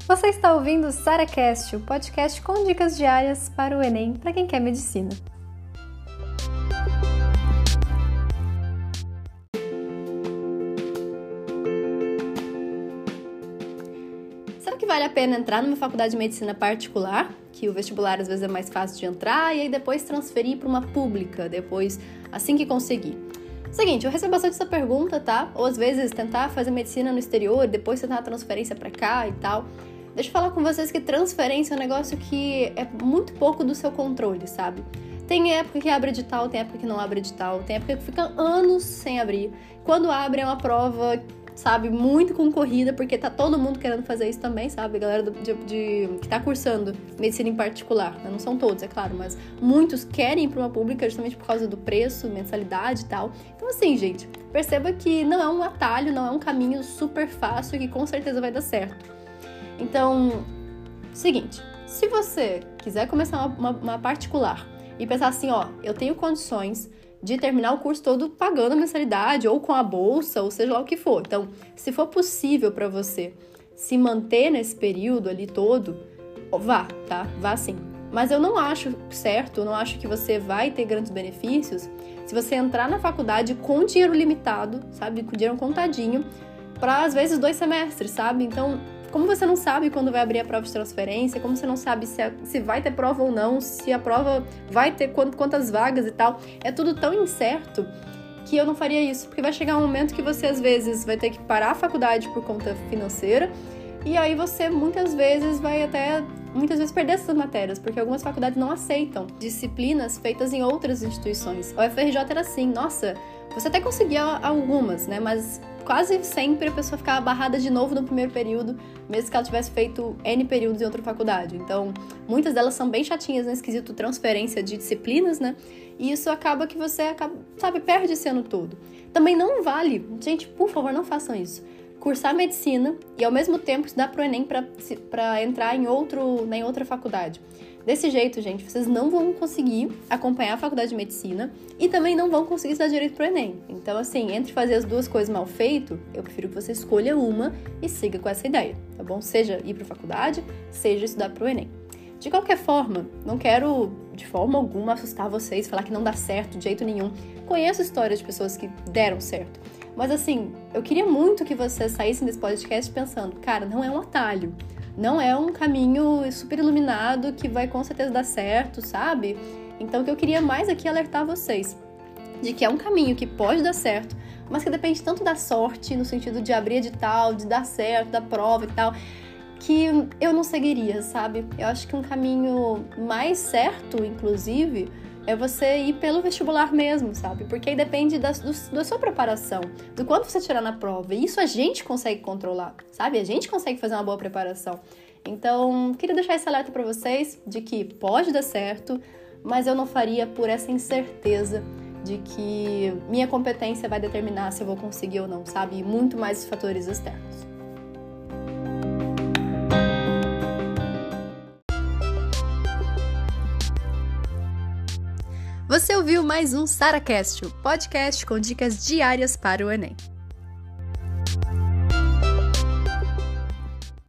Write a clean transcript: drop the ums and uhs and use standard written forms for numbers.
Você está ouvindo o SaraCast, o podcast com dicas diárias para o Enem para quem quer medicina. Será que vale a pena entrar numa faculdade de medicina particular, que o vestibular às vezes é mais fácil de entrar, e aí depois transferir para uma pública, depois assim que conseguir? Seguinte, eu recebo bastante essa pergunta, tá? Ou às vezes tentar fazer medicina no exterior, depois tentar a transferência para cá e tal. Deixa eu falar com vocês que transferência é um negócio que é muito pouco do seu controle, sabe? Tem época que abre edital, tem época que não abre edital, tem época que fica anos sem abrir. Quando abre é uma prova, sabe, muito concorrida, porque tá todo mundo querendo fazer isso também, sabe? A galera que tá cursando medicina em particular, né? Não são todos, é claro, mas muitos querem ir pra uma pública justamente por causa do preço, mensalidade e tal. Então assim, gente, perceba que não é um atalho, não é um caminho super fácil que com certeza vai dar certo. Então, seguinte, se você quiser começar uma particular e pensar assim, ó, eu tenho condições de terminar o curso todo pagando a mensalidade ou com a bolsa, ou seja lá o que for. Então, se for possível para você se manter nesse período ali todo, vá, tá? Vá sim. Mas eu não acho certo, eu não acho que você vai ter grandes benefícios se você entrar na faculdade com dinheiro limitado, sabe? Com dinheiro contadinho, para às vezes 2 semestres, sabe? Então, como você não sabe quando vai abrir a prova de transferência, como você não sabe se vai ter prova ou não, se a prova vai ter quantas vagas e tal, é tudo tão incerto que eu não faria isso, porque vai chegar um momento que você às vezes vai ter que parar a faculdade por conta financeira e aí você muitas vezes perder essas matérias, porque algumas faculdades não aceitam disciplinas feitas em outras instituições. A UFRJ era assim, nossa, você até conseguia algumas, né, mas quase sempre a pessoa ficava barrada de novo no primeiro período, mesmo que ela tivesse feito N períodos em outra faculdade. Então, muitas delas são bem chatinhas no esquisito transferência de disciplinas, né? E isso acaba que você, perde esse ano todo. Também não vale, gente, por favor, não façam isso. Cursar medicina e ao mesmo tempo estudar pro Enem para entrar em outra faculdade. Desse jeito, gente, vocês não vão conseguir acompanhar a faculdade de medicina e também não vão conseguir estudar direito pro Enem. Então, assim, entre fazer as duas coisas mal feito, eu prefiro que você escolha uma e siga com essa ideia, tá bom? Seja ir pra faculdade, seja estudar pro Enem. De qualquer forma, não quero de forma alguma assustar vocês, falar que não dá certo de jeito nenhum. Conheço histórias de pessoas que deram certo. Mas assim, eu queria muito que vocês saíssem desse podcast pensando, cara, não é um atalho. Não é um caminho super iluminado que vai com certeza dar certo, sabe? Então o que eu queria mais aqui é alertar vocês de que é um caminho que pode dar certo, mas que depende tanto da sorte, no sentido de abrir edital, de dar certo, da prova e tal, que eu não seguiria, sabe? Eu acho que um caminho mais certo, inclusive, é você ir pelo vestibular mesmo, sabe? Porque aí depende da sua preparação, do quanto você tirar na prova. E isso a gente consegue controlar, sabe? A gente consegue fazer uma boa preparação. Então, queria deixar esse alerta pra vocês de que pode dar certo, mas eu não faria por essa incerteza de que minha competência vai determinar se eu vou conseguir ou não, sabe? E muito mais os fatores externos. Você ouviu mais um SaraCast, o podcast com dicas diárias para o Enem.